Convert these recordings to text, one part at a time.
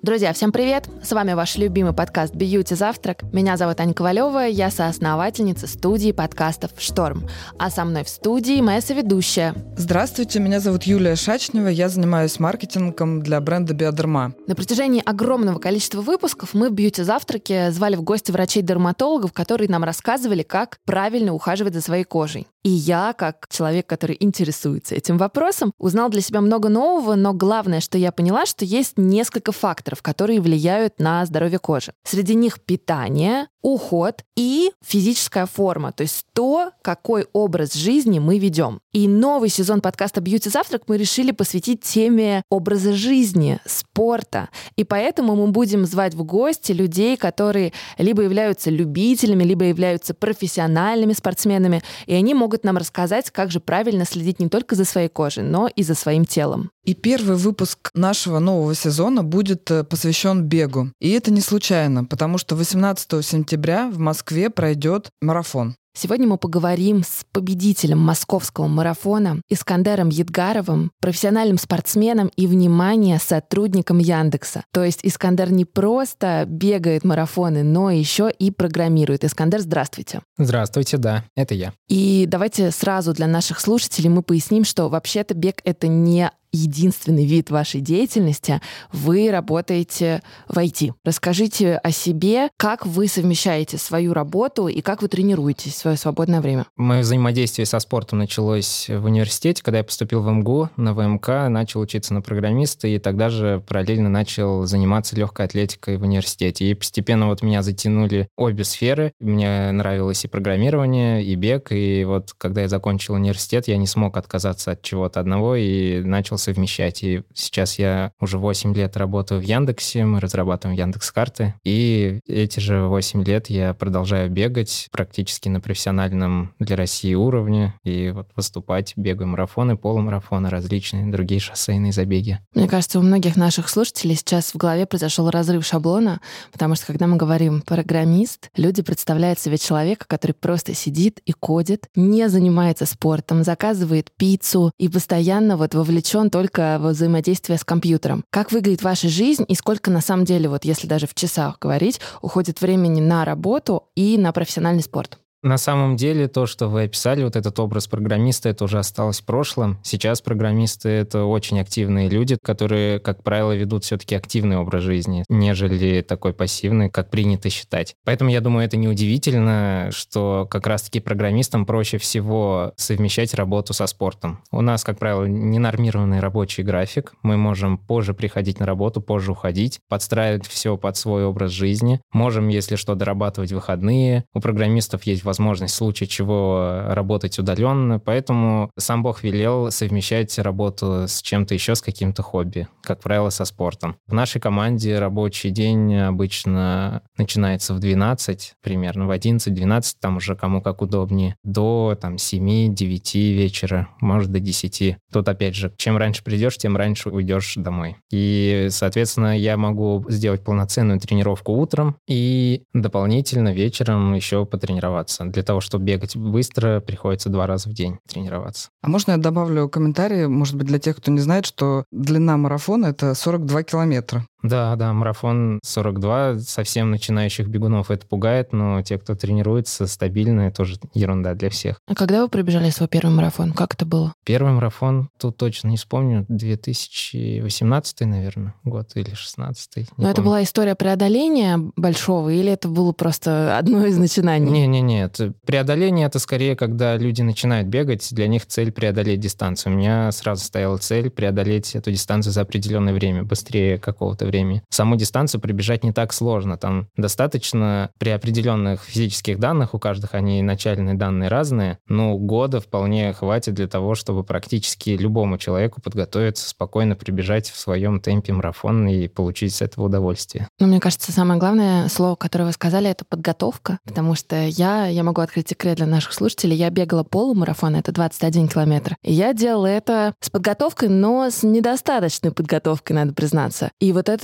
Друзья, всем привет! С вами ваш любимый подкаст «Бьюти Завтрак». Меня зовут Аня Ковалева, я соосновательница студии подкастов «Шторм». А со мной в студии моя соведущая. Здравствуйте, меня зовут Юлия Шачнева, я занимаюсь маркетингом для бренда Биодерма. На протяжении огромного количества выпусков мы в «Бьюти Завтраке» звали в гости врачей-дерматологов, которые нам рассказывали, как правильно ухаживать за своей кожей. И я, как человек, который интересуется этим вопросом, узнал для себя много нового, но главное, что я поняла, что есть несколько факторов, которые влияют на здоровье кожи. Среди них питание, уход и физическая форма, то есть то, какой образ жизни мы ведем. И новый сезон подкаста «Бьюти Завтрак» мы решили посвятить теме образа жизни, спорта. И поэтому мы будем звать в гости людей, которые либо являются любителями, либо являются профессиональными спортсменами, и они могут нам рассказать, как же правильно следить не только за своей кожей, но и за своим телом. И первый выпуск нашего нового сезона будет посвящен бегу. И это не случайно, потому что 18 сентября в Москве пройдет марафон. Сегодня мы поговорим с победителем московского марафона Искандером Едгаровым, профессиональным спортсменом и, внимание, сотрудником Яндекса. То есть Искандер не просто бегает марафоны, но еще и программирует. Искандер, здравствуйте. Здравствуйте, да, это я. И давайте сразу для наших слушателей мы поясним, что вообще-то бег — это не единственный вид вашей деятельности. Вы работаете в IT. Расскажите о себе, как вы совмещаете свою работу и как вы тренируетесь в свое свободное время. Мое взаимодействие со спортом началось в университете, когда я поступил в МГУ, на ВМК, начал учиться на программиста, и тогда же параллельно начал заниматься легкой атлетикой в университете. И постепенно вот меня затянули обе сферы. Мне нравилось и программирование, и бег. И вот когда я закончил университет, я не смог отказаться от чего-то одного и начал совмещать. И сейчас я уже 8 лет работаю в Яндексе, мы разрабатываем Яндекс.Карты. И эти же 8 лет я продолжаю бегать практически на профессиональном для России уровне. И вот выступать, бегаю марафоны, полумарафоны, различные другие шоссейные забеги. Мне кажется, у многих наших слушателей сейчас в голове произошел разрыв шаблона, потому что когда мы говорим «программист», люди представляют себе человека, который просто сидит и кодит, не занимается спортом, заказывает пиццу и постоянно вот вовлечен только во взаимодействие с компьютером. Как выглядит ваша жизнь и сколько на самом деле, вот если даже в часах говорить, уходит времени на работу и на профессиональный спорт? На самом деле, то, что вы описали, вот этот образ программиста, это уже осталось в прошлом. Сейчас программисты — это очень активные люди, которые, как правило, ведут все-таки активный образ жизни, нежели такой пассивный, как принято считать. Поэтому, я думаю, это неудивительно, что как раз-таки программистам проще всего совмещать работу со спортом. У нас, как правило, ненормированный рабочий график. Мы можем позже приходить на работу, позже уходить, подстраивать все под свой образ жизни. Можем, если что, дорабатывать выходные. У программистов есть возможность в случае чего работать удаленно, поэтому сам Бог велел совмещать работу с чем-то еще, с каким-то хобби, как правило, со спортом. В нашей команде рабочий день обычно начинается в 12, примерно в 11-12, там уже кому как удобнее, до 7-9 вечера, может, до 10. Тут, опять же, чем раньше придешь, тем раньше уйдешь домой. И, соответственно, я могу сделать полноценную тренировку утром и дополнительно вечером еще потренироваться. Для того, чтобы бегать быстро, приходится 2 раза в день тренироваться. А можно я добавлю комментарий, может быть, для тех, кто не знает, что длина марафона — это 42 километра. Да, марафон 42. Совсем начинающих бегунов это пугает, но те, кто тренируется стабильно, это тоже ерунда для всех. А когда вы пробежали свой первый марафон? Как это было? Первый марафон, тут точно не вспомню, 2018, наверное, год или 16-й. Но это была история преодоления большого или это было просто одно из начинаний? Нет. Преодоление — это скорее, когда люди начинают бегать, для них цель преодолеть дистанцию. У меня сразу стояла цель преодолеть эту дистанцию за определенное время, быстрее какого-то времени. Саму дистанцию пробежать не так сложно. Там достаточно при определенных физических данных, у каждых они начальные данные разные, но года вполне хватит для того, чтобы практически любому человеку подготовиться, спокойно пробежать в своем темпе марафон и получить с этого удовольствие. Мне кажется, самое главное слово, которое вы сказали, это подготовка, потому что я могу открыть секрет для наших слушателей. Я бегала полумарафон, это 21 километр. И я делала это с подготовкой, но с недостаточной подготовкой, надо признаться. И вот это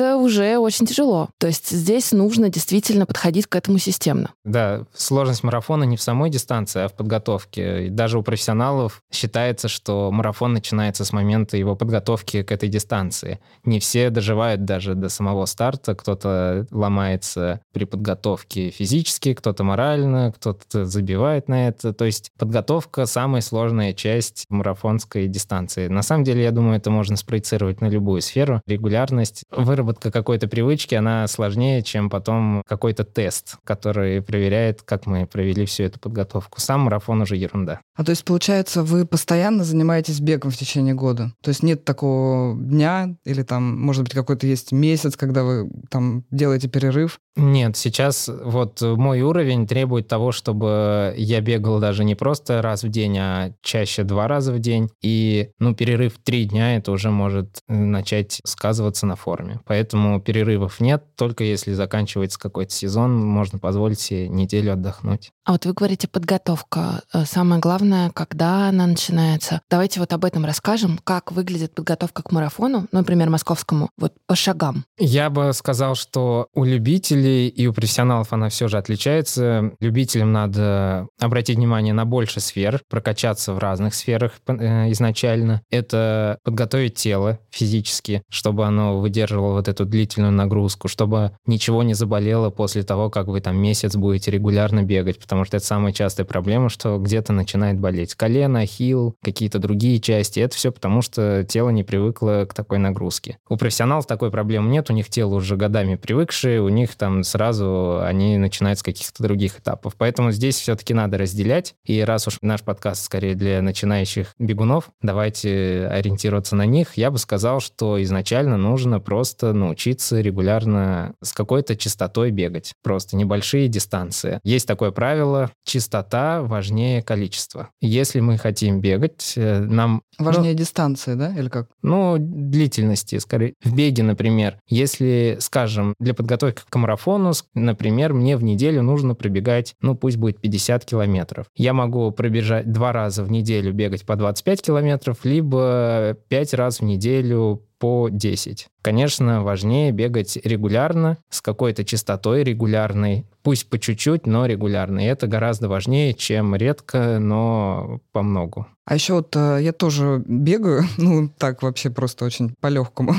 это уже очень тяжело. То есть здесь нужно действительно подходить к этому системно. Да, сложность марафона не в самой дистанции, а в подготовке. И даже у профессионалов считается, что марафон начинается с момента его подготовки к этой дистанции. Не все доживают даже до самого старта. Кто-то ломается при подготовке физически, кто-то морально, кто-то забивает на это. То есть подготовка — самая сложная часть марафонской дистанции. На самом деле, я думаю, это можно спроецировать на любую сферу. Регулярность, выработка какой-то привычки, она сложнее, чем потом какой-то тест, который проверяет, как мы провели всю эту подготовку. Сам марафон уже ерунда. А то есть, получается, вы постоянно занимаетесь бегом в течение года? То есть нет такого дня или там, может быть, какой-то есть месяц, когда вы там делаете перерыв? Нет, сейчас вот мой уровень требует того, чтобы я бегал даже не просто раз в день, а чаще 2 раза в день. И, перерыв 3 дня, это уже может начать сказываться на форме. Поэтому перерывов нет, только если заканчивается какой-то сезон, можно позволить себе неделю отдохнуть. А вот вы говорите подготовка. Самое главное, когда она начинается. Давайте вот об этом расскажем, как выглядит подготовка к марафону, например, московскому, вот по шагам. Я бы сказал, что у любителей и у профессионалов она все же отличается. Любителям надо обратить внимание на больше сфер, прокачаться в разных сферах изначально. Это подготовить тело физически, чтобы оно выдерживало вот эту длительную нагрузку, чтобы ничего не заболело после того, как вы там месяц будете регулярно бегать, потому что это самая частая проблема, что где-то начинает болеть колено, ахилл, какие-то другие части. Это все потому, что тело не привыкло к такой нагрузке. У профессионалов такой проблемы нет, у них тело уже годами привыкшее, у них там сразу они начинают с каких-то других этапов. Поэтому здесь все-таки надо разделять. И раз уж наш подкаст скорее для начинающих бегунов, давайте ориентироваться на них. Я бы сказал, что изначально нужно просто научиться регулярно с какой-то частотой бегать. Просто небольшие дистанции. Есть такое правило: частота важнее количества. Если мы хотим бегать, нам... Важнее дистанции, да? Или как? Длительности, скорее. В беге, например, если, скажем, для подготовки к марафону, например, мне в неделю нужно пробегать, пусть будет 50 километров. Я могу пробежать 2 раза в неделю, бегать по 25 километров, либо 5 раз в неделю по 10. Конечно, важнее бегать регулярно, с какой-то частотой регулярной, пусть по чуть-чуть, но регулярно. И это гораздо важнее, чем редко, но помногу. А еще вот я тоже бегаю, так вообще просто очень по-легкому.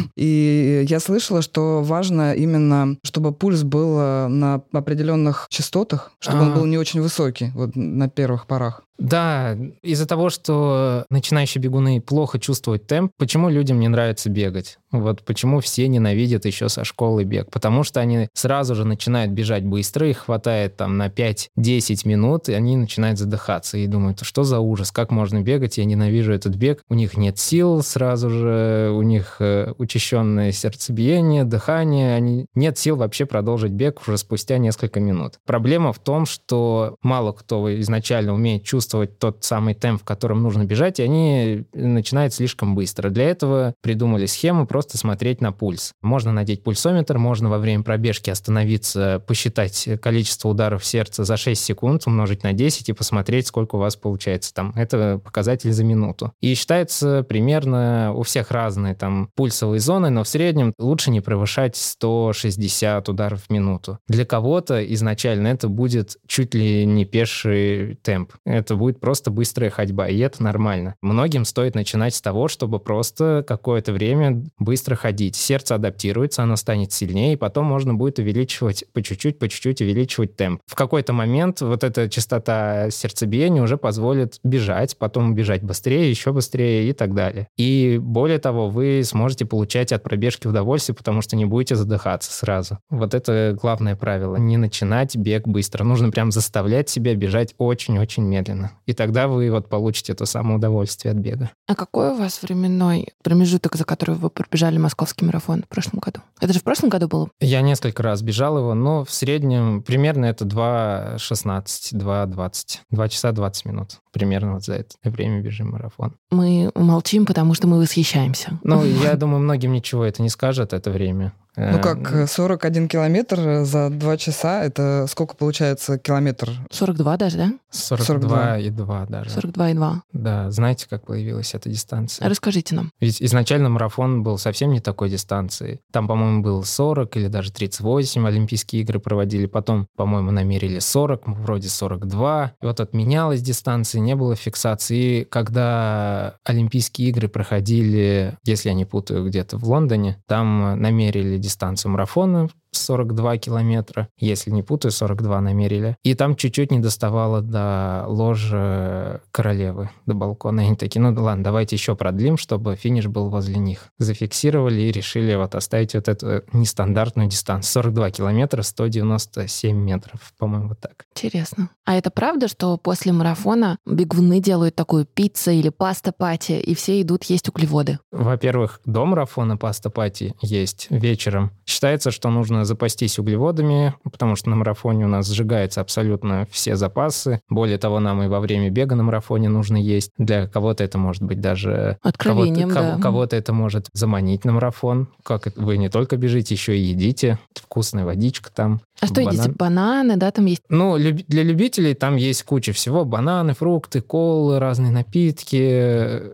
И я слышала, что важно именно, чтобы пульс был на определенных частотах, чтобы он был не очень высокий, вот на первых порах. Да, из-за того, что начинающие бегуны плохо чувствуют темп, почему людям не нравится бегать? Вот почему все ненавидят еще со школы бег? Потому что они сразу же начинают бежать быстро, их хватает там на 5-10 минут, и они начинают задыхаться и думают, что за ужас, как можно бегать, я ненавижу этот бег. У них нет сил сразу же, у них учащенное сердцебиение, дыхание, нет сил вообще продолжить бег уже спустя несколько минут. Проблема в том, что мало кто изначально умеет чувствовать тот самый темп, в котором нужно бежать, и они начинают слишком быстро. Для этого придумали схему просто смотреть на пульс. Можно надеть пульсометр, можно во время пробежки остановиться, посчитать количество ударов сердца за 6 секунд, умножить на 10 и посмотреть, сколько у вас получается там. Это показатель за минуту. И считается примерно у всех разные там пульсовые зоны, но в среднем лучше не превышать 160 ударов в минуту. Для кого-то изначально это будет чуть ли не пеший темп. Это будет просто быстрая ходьба, и это нормально. Многим стоит начинать с того, чтобы просто какое-то время быстро ходить. Сердце адаптируется, оно станет сильнее, и потом можно будет увеличивать по чуть-чуть увеличивать темп. В какой-то момент вот эта частота сердцебиения уже позволит бежать, потом бежать быстрее, еще быстрее и так далее. И более того, вы сможете получать от пробежки удовольствие, потому что не будете задыхаться сразу. Вот это главное правило. Не начинать бег быстро. Нужно прям заставлять себя бежать очень-очень медленно. И тогда вы получите то самое удовольствие от бега. А какой у вас временной промежуток, за который вы пробежали московский марафон в прошлом году? Это же в прошлом году было? Я несколько раз бежал его, но в среднем примерно это 2:16, 2:20. 2 часа 20 минут. Примерно за это время бежим марафон. Мы молчим, потому что мы восхищаемся. Я думаю, многим ничего это не скажет, это время. Ну как, 41 километр за 2 часа, это сколько получается километр? 42 даже, да? 42,2 даже. 42,2. Да, знаете, как появилась эта дистанция? Расскажите нам. Ведь изначально марафон был совсем не такой дистанции. Там, по-моему, был 40 или даже 38 Олимпийские игры проводили. Потом, по-моему, намерили 40, вроде 42. И вот отменялась дистанция, не было фиксации. И когда Олимпийские игры проходили, если я не путаю, где-то в Лондоне, там намерили дистанцию марафона 42 километра, если не путаю, 42 намерили. И там чуть-чуть не доставало до ложа королевы, до балкона. И они такие, ну ладно, давайте еще продлим, чтобы финиш был возле них. Зафиксировали и решили вот оставить вот эту нестандартную дистанцию. 42 километра, 197 метров, по-моему, вот так. Интересно. А это правда, что после марафона бегуны делают такую пицца или паста-пати, и все идут есть углеводы? Во-первых, до марафона паста-пати есть вечером. Считается, что нужно запастись углеводами, потому что на марафоне у нас сжигаются абсолютно все запасы. Более того, нам и во время бега на марафоне нужно есть. Для кого-то это может быть даже... Откровением, да. Кого-то это может заманить на марафон. Как это? Вы не только бежите, еще и едите. Вкусная водичка там. А что едите? Бананы, да, там есть? Ну, для любителей там есть куча всего. Бананы, фрукты, колы, разные напитки.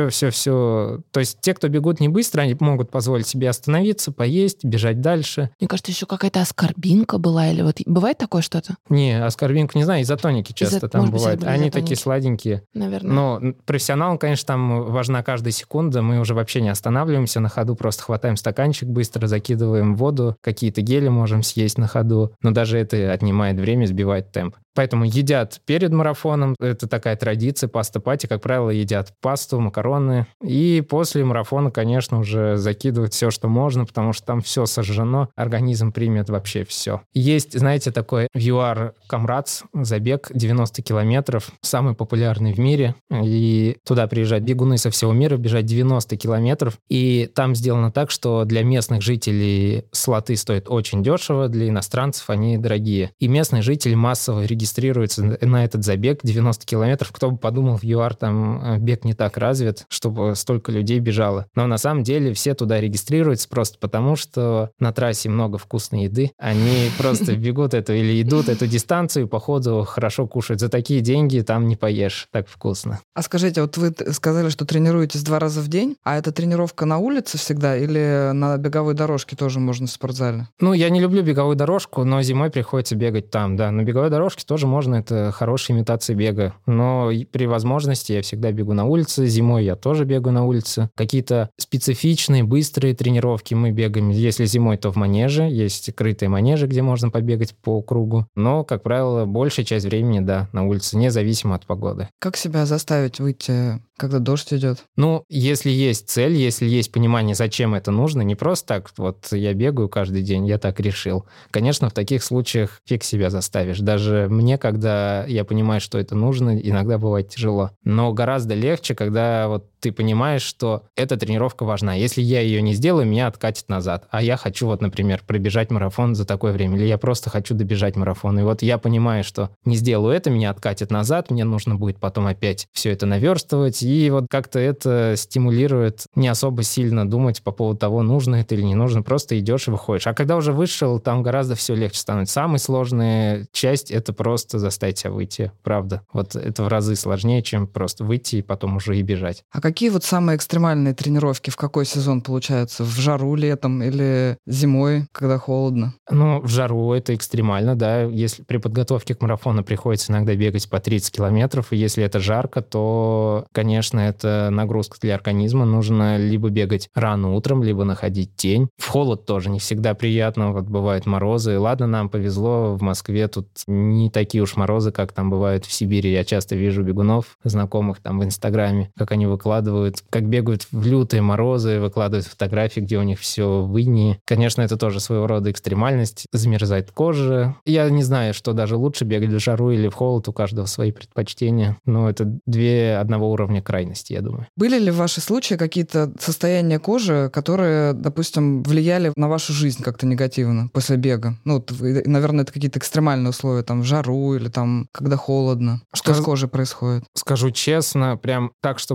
Все. То есть те, кто бегут не быстро, они могут позволить себе остановиться, поесть, бежать дальше. Мне кажется, еще какая-то аскорбинка была. Или вот бывает такое что-то? Не, аскорбинку не знаю, изотоники часто там бывают. Они такие сладенькие. Наверное. Но профессионалам, конечно, там важна каждая секунда. Мы уже вообще не останавливаемся на ходу, просто хватаем стаканчик, быстро закидываем в воду, какие-то гели можем съесть на ходу. Но даже это отнимает время, сбивает темп. Поэтому едят перед марафоном. Это такая традиция, паста-пати. Как правило, едят пасту, макароны. И после марафона, конечно, уже закидывают все, что можно, потому что там все сожжено. Организм примет вообще все. Есть, знаете, такой VR Comrades, забег 90 километров, самый популярный в мире. И туда приезжают бегуны со всего мира, бежать 90 километров. И там сделано так, что для местных жителей слоты стоят очень дешево, для иностранцев они дорогие. И местные жители массово регистрируются на этот забег 90 километров. Кто бы подумал, в ЮАР там бег не так развит, чтобы столько людей бежало. Но на самом деле все туда регистрируются просто потому, что на трассе много вкусной еды. Они просто бегут эту или идут эту дистанцию и по ходу хорошо кушают. За такие деньги там не поешь. Так вкусно. А скажите, вот вы сказали, что тренируетесь 2 раза в день, а это тренировка на улице всегда или на беговой дорожке тоже можно в спортзале? Ну, я не люблю беговую дорожку, но зимой приходится бегать там, да. На беговой дорожке тоже можно, это хорошая имитация бега. Но при возможности я всегда бегу на улице. Зимой я тоже бегаю на улице. Какие-то специфичные, быстрые тренировки мы бегаем. Если зимой, то в манеже. Есть крытые манежи, где можно побегать по кругу. Но, как правило, большая часть времени, да, на улице, независимо от погоды. Как себя заставить выйти, когда дождь идет? Ну, если есть цель, если есть понимание, зачем это нужно, не просто так, вот я бегаю каждый день, я так решил. Конечно, в таких случаях фиг себя заставишь. Даже мне, когда я понимаю, что это нужно, иногда бывает тяжело. Но гораздо легче, когда вот ты понимаешь, что эта тренировка важна. Если я ее не сделаю, меня откатит назад. А я хочу, вот, например, пробежать марафон за такое время. Или я просто хочу добежать марафон. И вот я понимаю, что не сделаю это, меня откатит назад, мне нужно будет потом опять все это наверстывать. И вот как-то это стимулирует не особо сильно думать по поводу того, нужно это или не нужно. Просто идешь и выходишь. А когда уже вышел, там гораздо все легче становится. Самая сложная часть — это просто заставить себя выйти. Правда. Вот это в разы сложнее, чем просто выйти и потом уже и бежать. А какие вот самые экстремальные тренировки в какой сезон получаются? В жару летом или зимой, когда холодно? Ну, в жару это экстремально, да. Если при подготовке к марафону приходится иногда бегать по 30 километров, и если это жарко, то, конечно, это нагрузка для организма. Нужно либо бегать рано утром, либо находить тень. В холод тоже не всегда приятно. Вот бывают морозы. Ладно, нам повезло, в Москве тут не такие уж морозы, как там бывают в Сибири. Я часто вижу бегунов, знакомых там в Инстаграме, как они выкладывают, как бегают в лютые морозы, выкладывают фотографии, где у них все в инее. Конечно, это тоже своего рода экстремальность. Замерзает кожа. Я не знаю, что даже лучше, бегать в жару или в холод, у каждого свои предпочтения. Но это две одного уровня крайности, я думаю. Были ли в ваши случаи какие-то состояния кожи, которые, допустим, влияли на вашу жизнь как-то негативно после бега? Ну, вот, наверное, это какие-то экстремальные условия, там, в жару или там, когда холодно. Что с кожей происходит? Скажу честно, прям так, чтобы сильно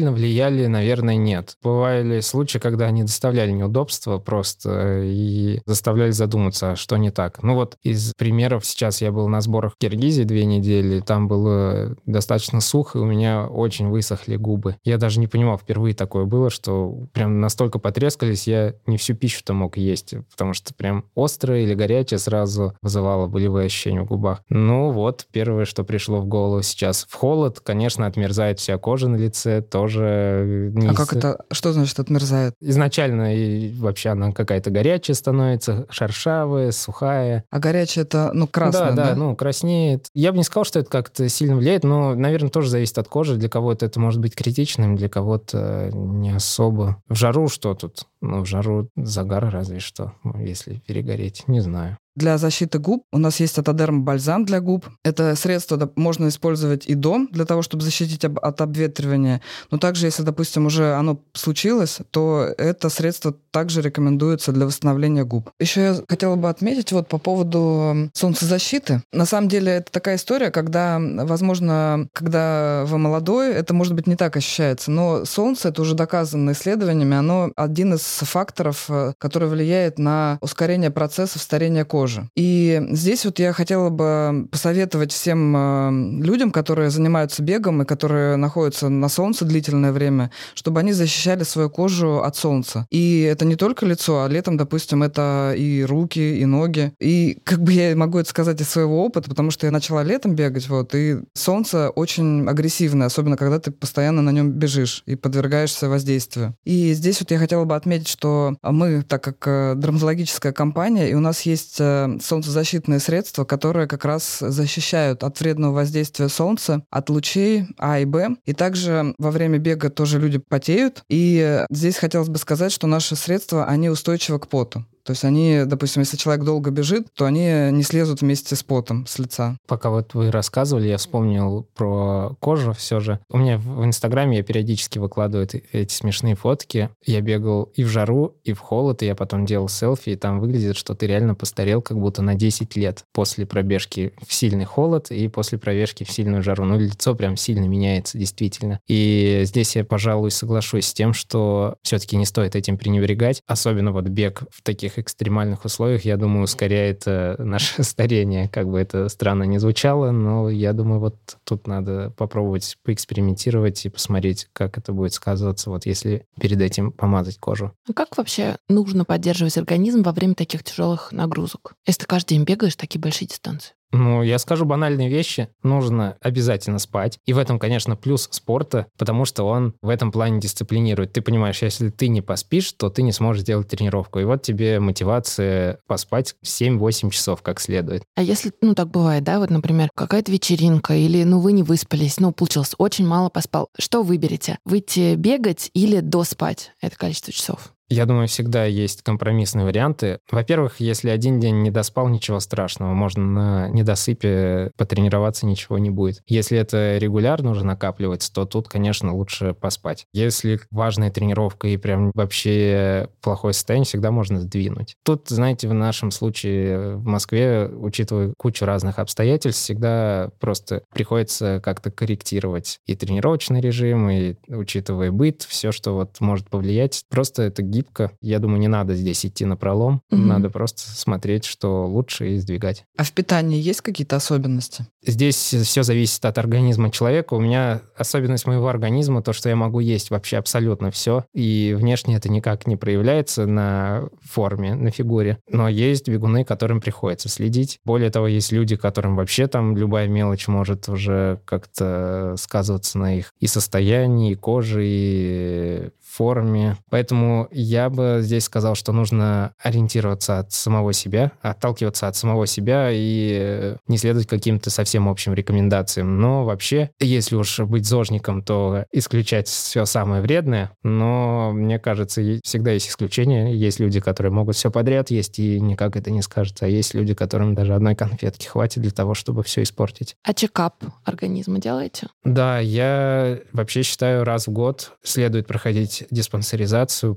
сильно влияли, наверное, нет. Бывали случаи, когда они доставляли неудобства просто и заставляли задуматься, что не так. Ну вот из примеров, сейчас я был на сборах в Киргизии 2 недели, там было достаточно сухо, и у меня очень высохли губы. Я даже не понимал, впервые такое было, что прям настолько потрескались, я не всю пищу-то мог есть, потому что прям острое или горячее сразу вызывало болевые ощущения в губах. Ну вот, первое, что пришло в голову сейчас. В холод, конечно, отмерзает вся кожа на лице, тоже... А как это? Что значит отмерзает? Изначально и вообще она какая-то горячая становится, шершавая, сухая. А горячее это, красное, да? Да, краснеет. Я бы не сказал, что это как-то сильно влияет, но, наверное, тоже зависит от кожи. Для кого-то это может быть критичным, для кого-то не особо. В жару что тут? В жару загар разве что, если перегореть. Не знаю. Для защиты губ у нас есть Атодерм бальзам для губ. Это средство можно использовать и до, для того, чтобы защитить от обветривания. Но также, если, допустим, уже оно случилось, то это средство также рекомендуется для восстановления губ. Еще я хотела бы отметить по поводу солнцезащиты. На самом деле это такая история, когда, возможно, когда вы молодой, это, может быть, не так ощущается. Но солнце, это уже доказано исследованиями, оно один из факторов, который влияет на ускорение процессов старения кожи. И здесь я хотела бы посоветовать всем людям, которые занимаются бегом и которые находятся на солнце длительное время, чтобы они защищали свою кожу от солнца. И это не только лицо, а летом, допустим, это и руки, и ноги. И я могу это сказать из своего опыта, потому что я начала летом бегать, и солнце очень агрессивное, особенно когда ты постоянно на нем бежишь и подвергаешься воздействию. И здесь я хотела бы отметить, что мы, так как дерматологическая компания, и у нас есть солнцезащитные средства, которые как раз защищают от вредного воздействия солнца, от лучей А и Б. И также во время бега тоже люди потеют. И здесь хотелось бы сказать, что наши средства, они устойчивы к поту. То есть они, допустим, если человек долго бежит, то они не слезут вместе с потом с лица. Пока вы рассказывали, я вспомнил про кожу все же. У меня в Инстаграме я периодически выкладываю эти смешные фотки. Я бегал и в жару, и в холод, и я потом делал селфи, и там выглядит, что ты реально постарел как будто на 10 лет после пробежки в сильный холод и после пробежки в сильную жару. Лицо прям сильно меняется, действительно. И здесь я, пожалуй, соглашусь с тем, что все-таки не стоит этим пренебрегать. Особенно бег в таких экстремальных условиях, я думаю, ускоряет наше старение. Как бы это странно не звучало, но я думаю, тут надо попробовать поэкспериментировать и посмотреть, как это будет сказываться, если перед этим помазать кожу. А как вообще нужно поддерживать организм во время таких тяжелых нагрузок? Если ты каждый день бегаешь такие большие дистанции? Я скажу банальные вещи. Нужно обязательно спать. И в этом, конечно, плюс спорта, потому что он в этом плане дисциплинирует. Ты понимаешь, если ты не поспишь, то ты не сможешь делать тренировку. И тебе мотивация поспать 7-8 часов как следует. А если, так бывает, да, например, какая-то вечеринка, или, вы не выспались, получилось, очень мало поспал. Что выберете? Выйти бегать или доспать это количество часов? Я думаю, всегда есть компромиссные варианты. Во-первых, если один день не доспал, ничего страшного. Можно на недосыпе потренироваться, ничего не будет. Если это регулярно уже накапливается, то тут, конечно, лучше поспать. Если важная тренировка и прям вообще плохое состояние, всегда можно сдвинуть. Тут, знаете, в нашем случае в Москве, учитывая кучу разных обстоятельств, всегда просто приходится как-то корректировать и тренировочный режим, и учитывая быт, все, что может повлиять. Просто это гибко. Я думаю, не надо здесь идти напролом. Надо просто смотреть, что лучше, и сдвигать. А в питании есть какие-то особенности? Здесь все зависит от организма человека. У меня особенность моего организма то, что я могу есть вообще абсолютно все. И внешне это никак не проявляется на форме, на фигуре. Но есть бегуны, которым приходится следить. Более того, есть люди, которым вообще любая мелочь может уже как-то сказываться на их и состоянии, и коже, и форме. Поэтому я бы здесь сказал, что нужно ориентироваться от самого себя, отталкиваться от самого себя и не следовать каким-то совсем общим рекомендациям. Но вообще, если уж быть зожником, то исключать все самое вредное. Но, мне кажется, всегда есть исключения. Есть люди, которые могут все подряд есть, и никак это не скажется. А есть люди, которым даже одной конфетки хватит для того, чтобы все испортить. А чекап организма делаете? Да, я вообще считаю, раз в год следует проходить диспансеризацию полную.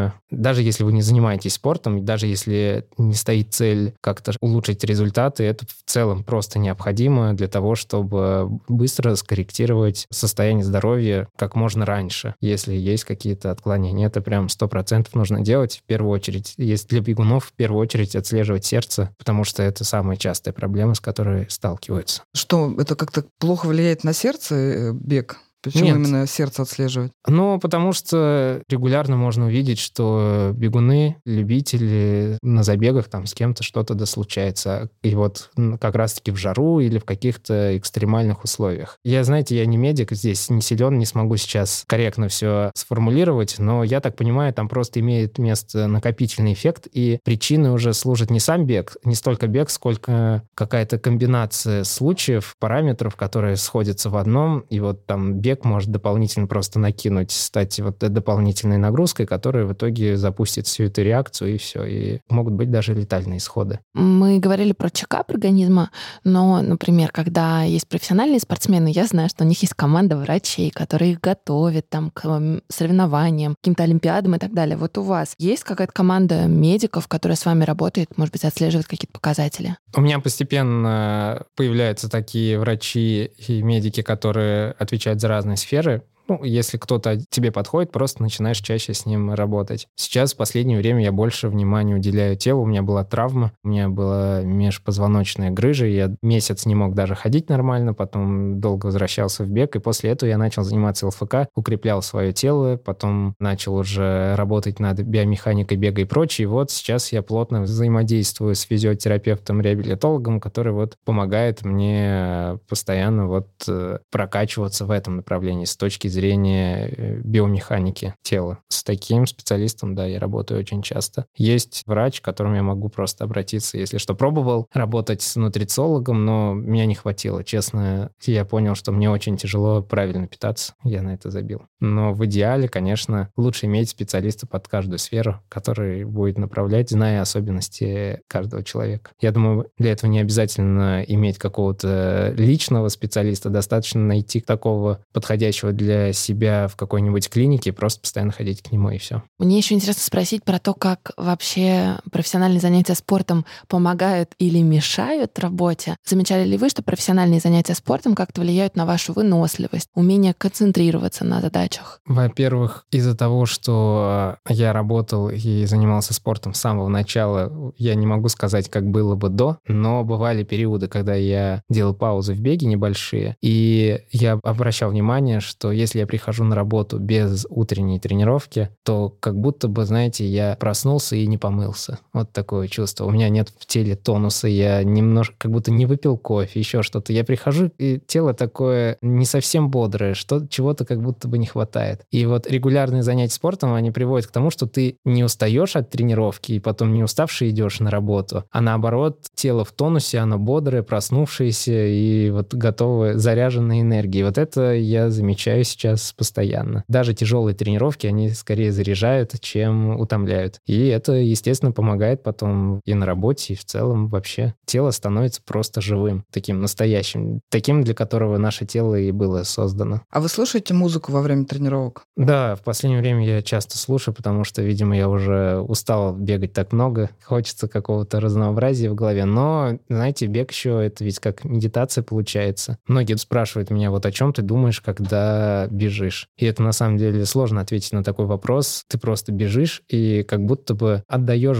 думаю, даже если вы не занимаетесь спортом, даже если не стоит цель как-то улучшить результаты, это в целом просто необходимо для того, чтобы быстро скорректировать состояние здоровья как можно раньше, если есть какие-то отклонения. Это прям 100% нужно делать. В первую очередь, есть для бегунов, в первую очередь отслеживать сердце, потому что это самая частая проблема, с которой сталкиваются. Что, это как-то плохо влияет на сердце, бег? Почему Нет. именно сердце отслеживать? Ну, потому что регулярно можно увидеть, что бегуны, любители на забегах, там с кем-то что-то да случается. И вот как раз-таки в жару или в каких-то экстремальных условиях. Знаете, я не медик, здесь не силен, не смогу сейчас корректно все сформулировать, но я так понимаю, там просто имеет место накопительный эффект, и причиной уже служит не сам бег, не столько бег, сколько какая-то комбинация случаев, параметров, которые сходятся в одном, и вот там бег может дополнительно просто накинуть, стать вот дополнительной нагрузкой, которая в итоге запустит всю эту реакцию, и все. И могут быть даже летальные исходы. Мы говорили про чекап организма, но, например, когда есть профессиональные спортсмены, я знаю, что у них есть команда врачей, которые их готовят там, к соревнованиям, к каким-то олимпиадам и так далее. Вот у вас есть какая-то команда медиков, которая с вами работает, может быть, отслеживает какие-то показатели? У меня постепенно появляются такие врачи и медики, которые отвечают за разные сферы. Ну, если кто-то тебе подходит, просто начинаешь чаще с ним работать. Сейчас, в последнее время, я больше внимания уделяю телу. У меня была травма, у меня была межпозвоночная грыжа, я месяц не мог даже ходить нормально, потом долго возвращался в бег, и после этого я начал заниматься ЛФК, укреплял свое тело, потом начал уже работать над биомеханикой бега и прочее. И вот сейчас я плотно взаимодействую с физиотерапевтом-реабилитологом, который вот помогает мне постоянно вот прокачиваться в этом направлении с точки зрения биомеханики тела. С таким специалистом, да, я работаю очень часто. Есть врач, к которому я могу просто обратиться, если что. Пробовал работать с нутрициологом, но меня не хватило. Честно, я понял, что мне очень тяжело правильно питаться. Я на это забил. Но в идеале, конечно, лучше иметь специалиста под каждую сферу, который будет направлять, зная особенности каждого человека. Я думаю, для этого не обязательно иметь какого-то личного специалиста, достаточно найти такого подходящего для себя в какой-нибудь клинике и просто постоянно ходить к нему, и все. Мне еще интересно спросить про то, как вообще профессиональные занятия спортом помогают или мешают работе. Замечали ли вы, что профессиональные занятия спортом как-то влияют на вашу выносливость, умение концентрироваться на задачах? Во-первых, из-за того, что я работал и занимался спортом с самого начала, я не могу сказать, как было бы до, но бывали периоды, когда я делал паузы в беге небольшие, и я обращал внимание, что если я прихожу на работу без утренней тренировки, то как будто бы, знаете, я проснулся и не помылся. Вот такое чувство. У меня нет в теле тонуса, я немножко как будто не выпил кофе, еще что-то. Я прихожу, и тело такое не совсем бодрое, чего-то как будто бы не хватает. И вот регулярные занятия спортом, они приводят к тому, что ты не устаешь от тренировки, и потом не уставший идешь на работу, а наоборот, тело в тонусе, оно бодрое, проснувшееся и вот готовое, заряженной энергией. Вот это я замечаю сейчас постоянно. Даже тяжелые тренировки, они скорее заряжают, чем утомляют. И это, естественно, помогает потом и на работе, и в целом вообще. Тело становится просто живым, таким настоящим, таким, для которого наше тело и было создано. А вы слушаете музыку во время тренировок? Да, в последнее время я часто слушаю, потому что, видимо, я уже устал бегать так много. Хочется какого-то разнообразия в голове. Но, знаете, бег еще это ведь как медитация получается. Многие спрашивают меня, вот о чем ты думаешь, когда бежишь? И это на самом деле сложно ответить на такой вопрос. Ты просто бежишь и как будто бы отдаешь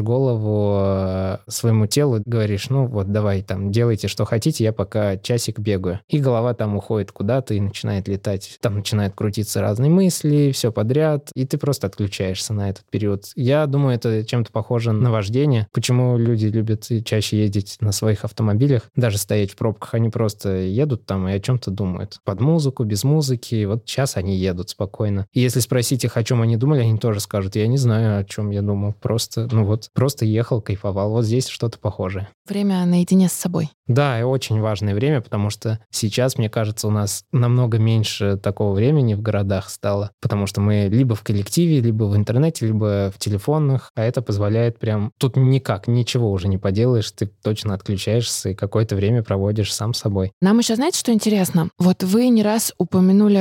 голову своему телу, говоришь, ну вот давай там делайте, что хотите, я пока часик бегаю. И голова там уходит куда-то и начинает летать. Там начинают крутиться разные мысли, все подряд, и ты просто отключаешься на этот период. Я думаю, это чем-то похоже на вождение. Почему люди любят чаще ездить на своих автомобилях, даже стоять в пробках, они просто едут там и о чем-то думают. Под музыку, без музыки, вот сейчас они едут спокойно. И если спросить их, о чем они думали, они тоже скажут, я не знаю, о чем я думал, просто ехал, кайфовал. Вот здесь что-то похожее. Время наедине с собой. Да, и очень важное время, потому что сейчас, мне кажется, у нас намного меньше такого времени в городах стало, потому что мы либо в коллективе, либо в интернете, либо в телефонах, а это позволяет прям... Тут ничего уже не поделаешь, ты точно отключаешься и какое-то время проводишь сам с собой. Нам еще, знаете, что интересно? Вот вы не раз упомянули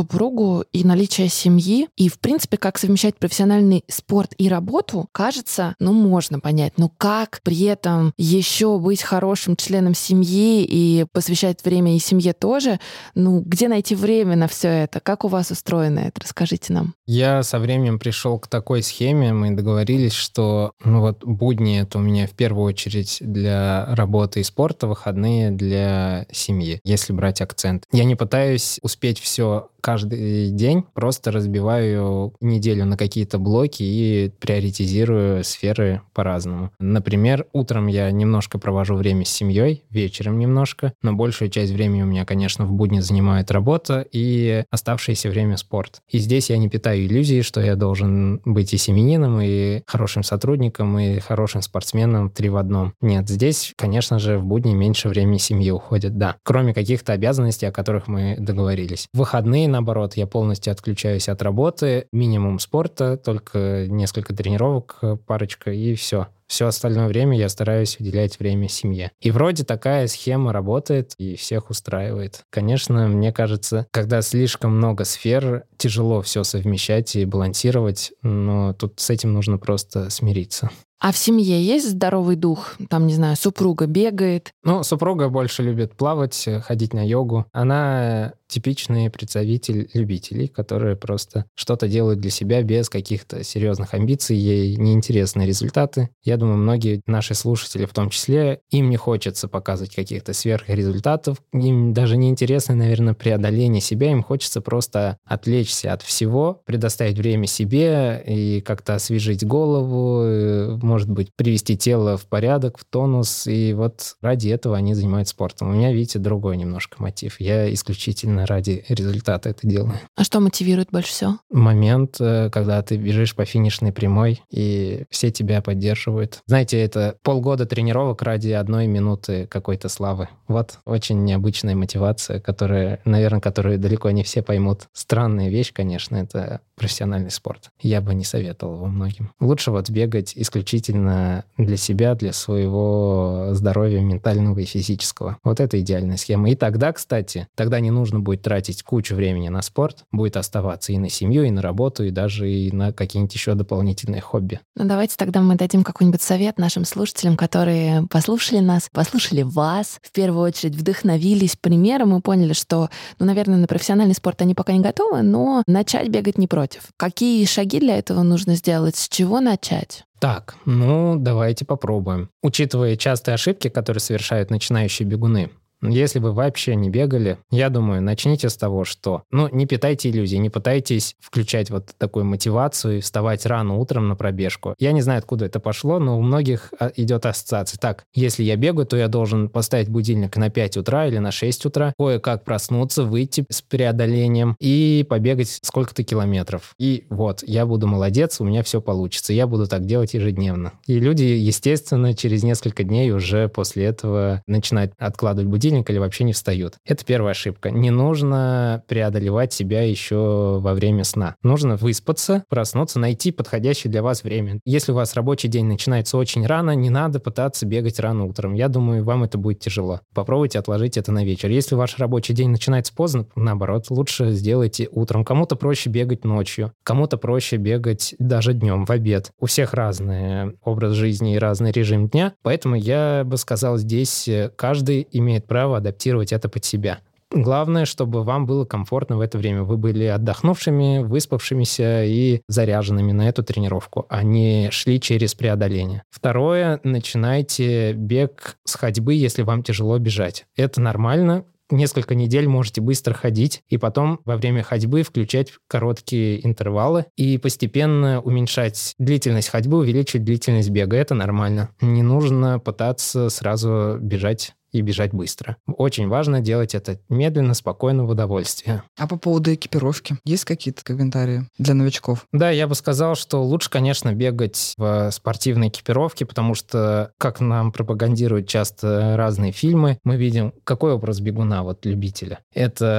супругу и наличие семьи, и, в принципе, как совмещать профессиональный спорт и работу, кажется, можно понять. Но как при этом еще быть хорошим членом семьи и посвящать время и семье тоже? Где найти время на все это? Как у вас устроено это? Расскажите нам. Я со временем пришел к такой схеме. Мы договорились, что будни — это у меня в первую очередь для работы и спорта, выходные для семьи, если брать акцент. Я не пытаюсь успеть все каждый день, просто разбиваю неделю на какие-то блоки и приоритизирую сферы по-разному. Например, утром я немножко провожу время с семьей, вечером немножко, но большую часть времени у меня, конечно, в будни занимает работа и оставшееся время спорт. И здесь я не питаю иллюзии, что я должен быть и семьянином, и хорошим сотрудником, и хорошим спортсменом 3 в одном. Нет, здесь, конечно же, в будни меньше времени семьи уходит, да. Кроме каких-то обязанностей, о которых мы договорились. В выходные, наоборот, я полностью отключаюсь от работы, минимум спорта, только несколько тренировок, парочка, и все. Все остальное время я стараюсь уделять время семье. И вроде такая схема работает и всех устраивает. Конечно, мне кажется, когда слишком много сфер, тяжело все совмещать и балансировать, но тут с этим нужно просто смириться. А в семье есть здоровый дух? Там, не знаю, супруга бегает? Супруга больше любит плавать, ходить на йогу. Она типичный представитель любителей, которые просто что-то делают для себя без каких-то серьезных амбиций. Ей неинтересны результаты. Я думаю, многие наши слушатели в том числе, им не хочется показывать каких-то сверхрезультатов. Им даже не интересно, наверное, преодоление себя. Им хочется просто отвлечься от всего, предоставить время себе и как-то освежить голову, может быть, привести тело в порядок, в тонус. И вот ради этого они занимаются спортом. У меня, видите, другой немножко мотив. Я исключительно ради результата это делаю. А что мотивирует больше всего? Момент, когда ты бежишь по финишной прямой, и все тебя поддерживают. Знаете, это полгода тренировок ради 1 минуты какой-то славы. Вот очень необычная мотивация, которую далеко не все поймут. Странная вещь, конечно, это профессиональный спорт. Я бы не советовал его многим. Лучше бегать исключительно для себя, для своего здоровья ментального и физического. Вот это идеальная схема. И тогда, кстати, не нужно будет тратить кучу времени на спорт, будет оставаться и на семью, и на работу, и даже и на какие-нибудь еще дополнительные хобби. Давайте тогда мы дадим какой-нибудь совет нашим слушателям, которые послушали нас, послушали вас, в первую очередь вдохновились примером и поняли, что, наверное, на профессиональный спорт они пока не готовы, но начать бегать не против. Какие шаги для этого нужно сделать? С чего начать? Так, давайте попробуем. Учитывая частые ошибки, которые совершают начинающие бегуны, если вы вообще не бегали, я думаю, начните с того, что, не питайте иллюзий, не пытайтесь включать вот такую мотивацию и вставать рано утром на пробежку. Я не знаю, откуда это пошло, но у многих идет ассоциация. Так, если я бегаю, то я должен поставить будильник на 5 утра или на 6 утра, кое-как проснуться, выйти с преодолением и побегать сколько-то километров. И вот, я буду молодец, у меня все получится. Я буду так делать ежедневно. И люди, естественно, через несколько дней уже после этого начинают откладывать будильник или вообще не встают. Это первая ошибка. Не нужно преодолевать себя еще во время сна. Нужно выспаться, проснуться, найти подходящее для вас время. Если у вас рабочий день начинается очень рано, не надо пытаться бегать рано утром. Я думаю, вам это будет тяжело. Попробуйте отложить это на вечер. Если ваш рабочий день начинается поздно, наоборот, лучше сделайте утром. Кому-то проще бегать ночью, кому-то проще бегать даже днем, в обед. У всех разный образ жизни и разный режим дня, поэтому я бы сказал, здесь каждый имеет право адаптировать это под себя. Главное, чтобы вам было комфортно в это время. Вы были отдохнувшими, выспавшимися и заряженными на эту тренировку, а не шли через преодоление. Второе, начинайте бег с ходьбы, если вам тяжело бежать. Это нормально. Несколько недель можете быстро ходить, и потом во время ходьбы включать короткие интервалы и постепенно уменьшать длительность ходьбы, увеличивать длительность бега. Это нормально. Не нужно пытаться сразу бежать и бежать быстро. Очень важно делать это медленно, спокойно, в удовольствие. А по поводу экипировки? Есть какие-то комментарии для новичков? Да, я бы сказал, что лучше, конечно, бегать в спортивной экипировке, потому что, как нам пропагандируют часто разные фильмы, мы видим, какой образ бегуна, любителя. Это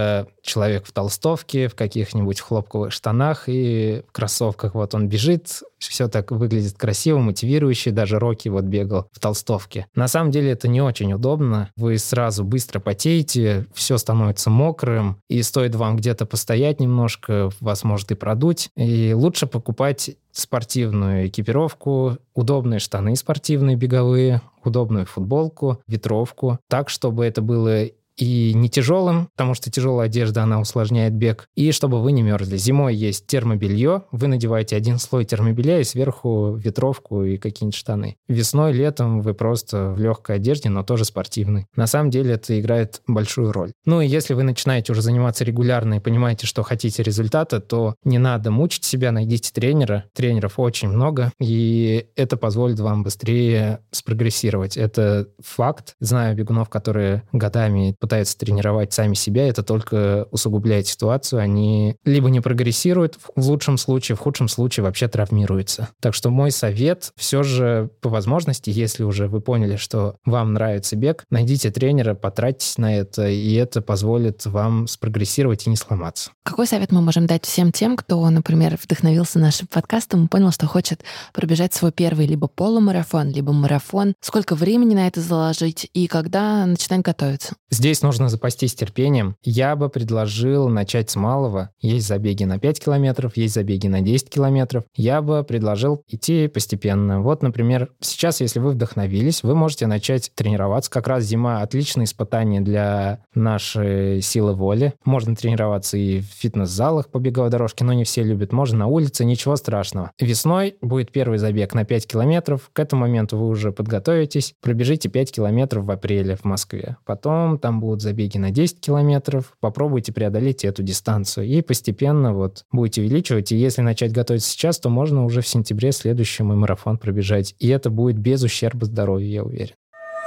человек в толстовке, в каких-нибудь хлопковых штанах и в кроссовках. Вот он бежит, все так выглядит красиво, мотивирующе. Даже Рокки вот бегал в толстовке. На самом деле это не очень удобно. Вы сразу быстро потеете, все становится мокрым, и стоит вам где-то постоять немножко, вас может и продуть. И лучше покупать спортивную экипировку, удобные штаны спортивные беговые, удобную футболку, ветровку, так, чтобы это было и не тяжелым, потому что тяжелая одежда, она усложняет бег, и чтобы вы не мерзли. Зимой есть термобелье, вы надеваете один слой термобелья и сверху ветровку и какие-нибудь штаны. Весной, летом вы просто в легкой одежде, но тоже спортивной. На самом деле это играет большую роль. Ну и если вы начинаете уже заниматься регулярно и понимаете, что хотите результата, то не надо мучить себя, найдите тренера. Тренеров очень много, и это позволит вам быстрее спрогрессировать. Это факт. Знаю бегунов, которые годами пытаются тренировать сами себя, это только усугубляет ситуацию. Они либо не прогрессируют в лучшем случае, в худшем случае вообще травмируются. Так что мой совет все же по возможности, если уже вы поняли, что вам нравится бег, найдите тренера, потратьтесь на это, и это позволит вам спрогрессировать и не сломаться. Какой совет мы можем дать всем тем, кто, например, вдохновился нашим подкастом и понял, что хочет пробежать свой первый либо полумарафон, либо марафон? Сколько времени на это заложить и когда начинать готовиться? Здесь нужно запастись терпением. Я бы предложил начать с малого. Есть забеги на 5 километров, есть забеги на 10 километров. Я бы предложил идти постепенно. Вот, например, сейчас, если вы вдохновились, вы можете начать тренироваться. Как раз зима — отличное испытание для нашей силы воли. Можно тренироваться и в фитнес-залах по беговой дорожке, но не все любят. Можно на улице, ничего страшного. Весной будет первый забег на 5 километров. К этому моменту вы уже подготовитесь. Пробежите 5 километров в апреле в Москве. Потом там будут забеги на 10 километров. Попробуйте преодолеть эту дистанцию. И постепенно вот будете увеличивать. И если начать готовиться сейчас, то можно уже в сентябре следующий мой марафон пробежать. И это будет без ущерба здоровью, я уверен.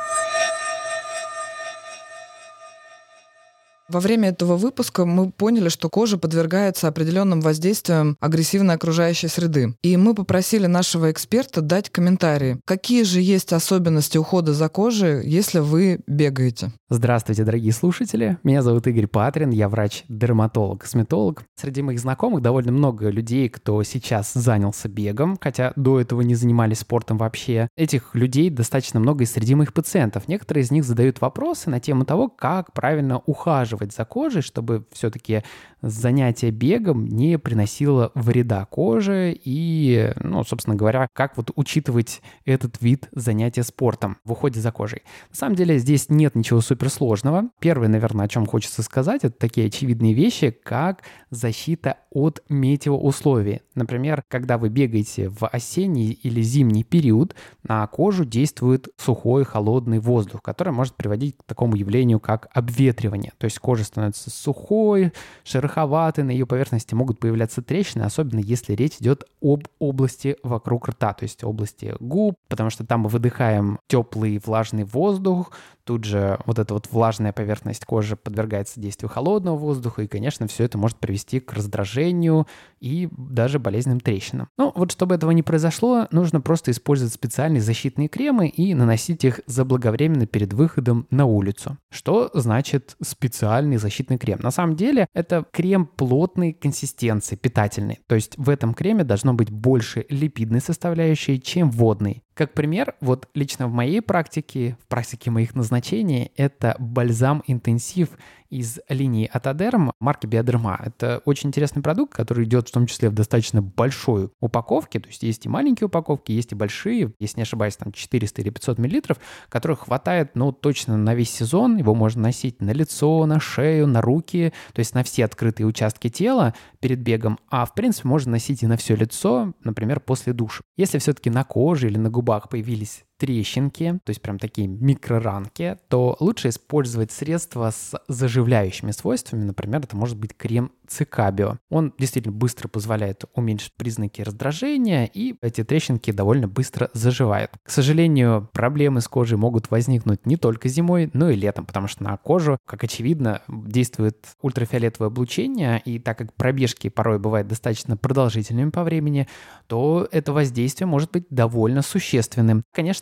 Во время этого выпуска мы поняли, что кожа подвергается определенным воздействиям агрессивной окружающей среды. И мы попросили нашего эксперта дать комментарии. Какие же есть особенности ухода за кожей, если вы бегаете? Здравствуйте, дорогие слушатели. Меня зовут Игорь Патрин, я врач-дерматолог, косметолог. Среди моих знакомых довольно много людей, кто сейчас занялся бегом, хотя до этого не занимались спортом вообще. Этих людей достаточно много и среди моих пациентов. Некоторые из них задают вопросы на тему того, как правильно ухаживать за кожей, чтобы все-таки занятие бегом не приносило вреда коже и, собственно говоря, как вот учитывать этот вид занятия спортом в уходе за кожей. На самом деле здесь нет ничего суперсложного. Первое, наверное, о чем хочется сказать, это такие очевидные вещи, как защита от метеоусловий. Например, когда вы бегаете в осенний или зимний период, на кожу действует сухой, холодный воздух, который может приводить к такому явлению, как обветривание. То есть кожа становится сухой, шероховатой, на ее поверхности могут появляться трещины, особенно если речь идет об области вокруг рта, то есть области губ, потому что там мы выдыхаем теплый влажный воздух, тут же вот эта вот влажная поверхность кожи подвергается действию холодного воздуха, и, конечно, все это может привести к раздражению и даже болезненным трещинам. Вот чтобы этого не произошло, нужно просто использовать специальные защитные кремы и наносить их заблаговременно перед выходом на улицу. Что значит специальный защитный крем? На самом деле это крем плотной консистенции, питательный. То есть в этом креме должно быть больше липидной составляющей, чем водной. Как пример, вот лично в моей практике, в практике моих назначений, это бальзам интенсив из линии Атодерм марки Биодерма. Это очень интересный продукт, который идет в том числе в достаточно большой упаковке, то есть есть и маленькие упаковки, есть и большие, если не ошибаюсь, там 400 или 500 миллилитров, которых хватает, точно на весь сезон. Его можно носить на лицо, на шею, на руки, то есть на все открытые участки тела перед бегом, а в принципе можно носить и на все лицо, например, после душа. Если все-таки на коже или на губах появились трещинки, то есть прям такие микроранки, то лучше использовать средства с заживляющими свойствами. Например, это может быть крем Цикабио. Он действительно быстро позволяет уменьшить признаки раздражения, и эти трещинки довольно быстро заживают. К сожалению, проблемы с кожей могут возникнуть не только зимой, но и летом, потому что на кожу, как очевидно, действует ультрафиолетовое облучение, и так как пробежки порой бывают достаточно продолжительными по времени, то это воздействие может быть довольно существенным. Конечно,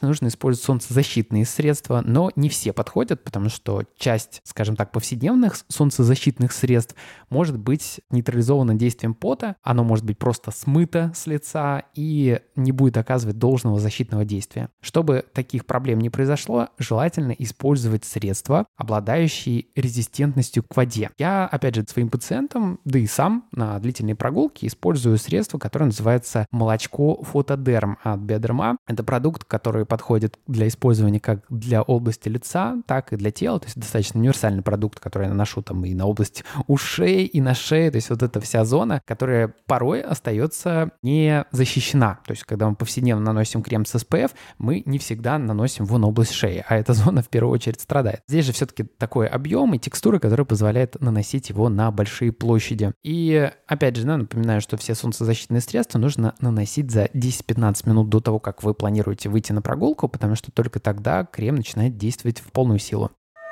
конечно, нужно использовать солнцезащитные средства, но не все подходят, потому что часть, скажем так, повседневных солнцезащитных средств может быть нейтрализована действием пота, оно может быть просто смыто с лица и не будет оказывать должного защитного действия. Чтобы таких проблем не произошло, желательно использовать средства, обладающие резистентностью к воде. Я, опять же, своим пациентам, да и сам на длительные прогулки использую средство, которое называется молочко Фотодерм от Биодерма. Это продукт, который подходит для использования как для области лица, так и для тела. То есть достаточно универсальный продукт, который я наношу там и на область ушей, и на шее. То есть вот эта вся зона, которая порой остается не защищена. То есть когда мы повседневно наносим крем с SPF, мы не всегда наносим его на область шеи, а эта зона в первую очередь страдает. Здесь же все-таки такой объем и текстура, которая позволяет наносить его на большие площади. И опять же, напоминаю, что все солнцезащитные средства нужно наносить за 10-15 минут до того, как вы планируете выйти на прогулку, потому что только тогда крем начинает действовать в полную силу.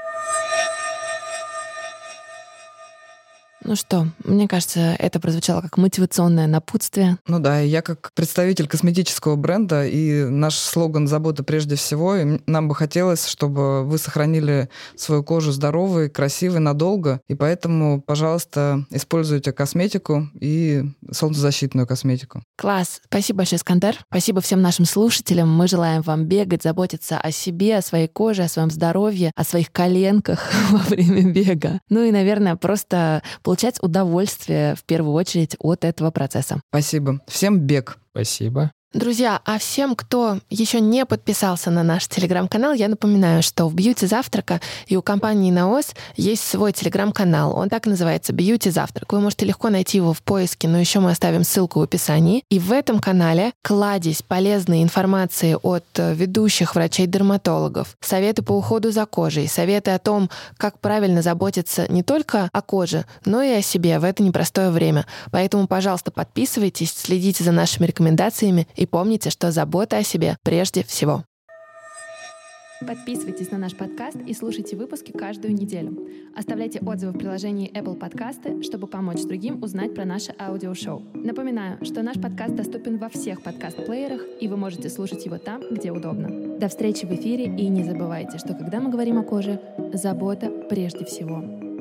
Ну что, мне кажется, это прозвучало как мотивационное напутствие. Ну да, я как представитель косметического бренда, и наш слоган «Забота прежде всего», и нам бы хотелось, чтобы вы сохранили свою кожу здоровой, красивой надолго, и поэтому, пожалуйста, используйте косметику и солнцезащитную косметику. Класс. Спасибо большое, Искандер. Спасибо всем нашим слушателям. Мы желаем вам бегать, заботиться о себе, о своей коже, о своем здоровье, о своих коленках во время бега. Ну и, наверное, просто получать удовольствие в первую очередь от этого процесса. Спасибо. Всем бег. Спасибо. Друзья, а всем, кто еще не подписался на наш телеграм-канал, я напоминаю, что в Бьюти Завтрака и у компании Наос есть свой телеграм-канал. Он так и называется Бьюти Завтрак. Вы можете легко найти его в поиске, но еще мы оставим ссылку в описании. И в этом канале кладезь полезной информации от ведущих врачей-дерматологов, советы по уходу за кожей, советы о том, как правильно заботиться не только о коже, но и о себе в это непростое время. Поэтому, пожалуйста, подписывайтесь, следите за нашими рекомендациями и помните, что забота о себе прежде всего. Подписывайтесь на наш подкаст и слушайте выпуски каждую неделю. Оставляйте отзывы в приложении Apple Podcasts, чтобы помочь другим узнать про наше аудиошоу. Напоминаю, что наш подкаст доступен во всех подкаст-плеерах, и вы можете слушать его там, где удобно. До встречи в эфире, и не забывайте, что когда мы говорим о коже, забота прежде всего.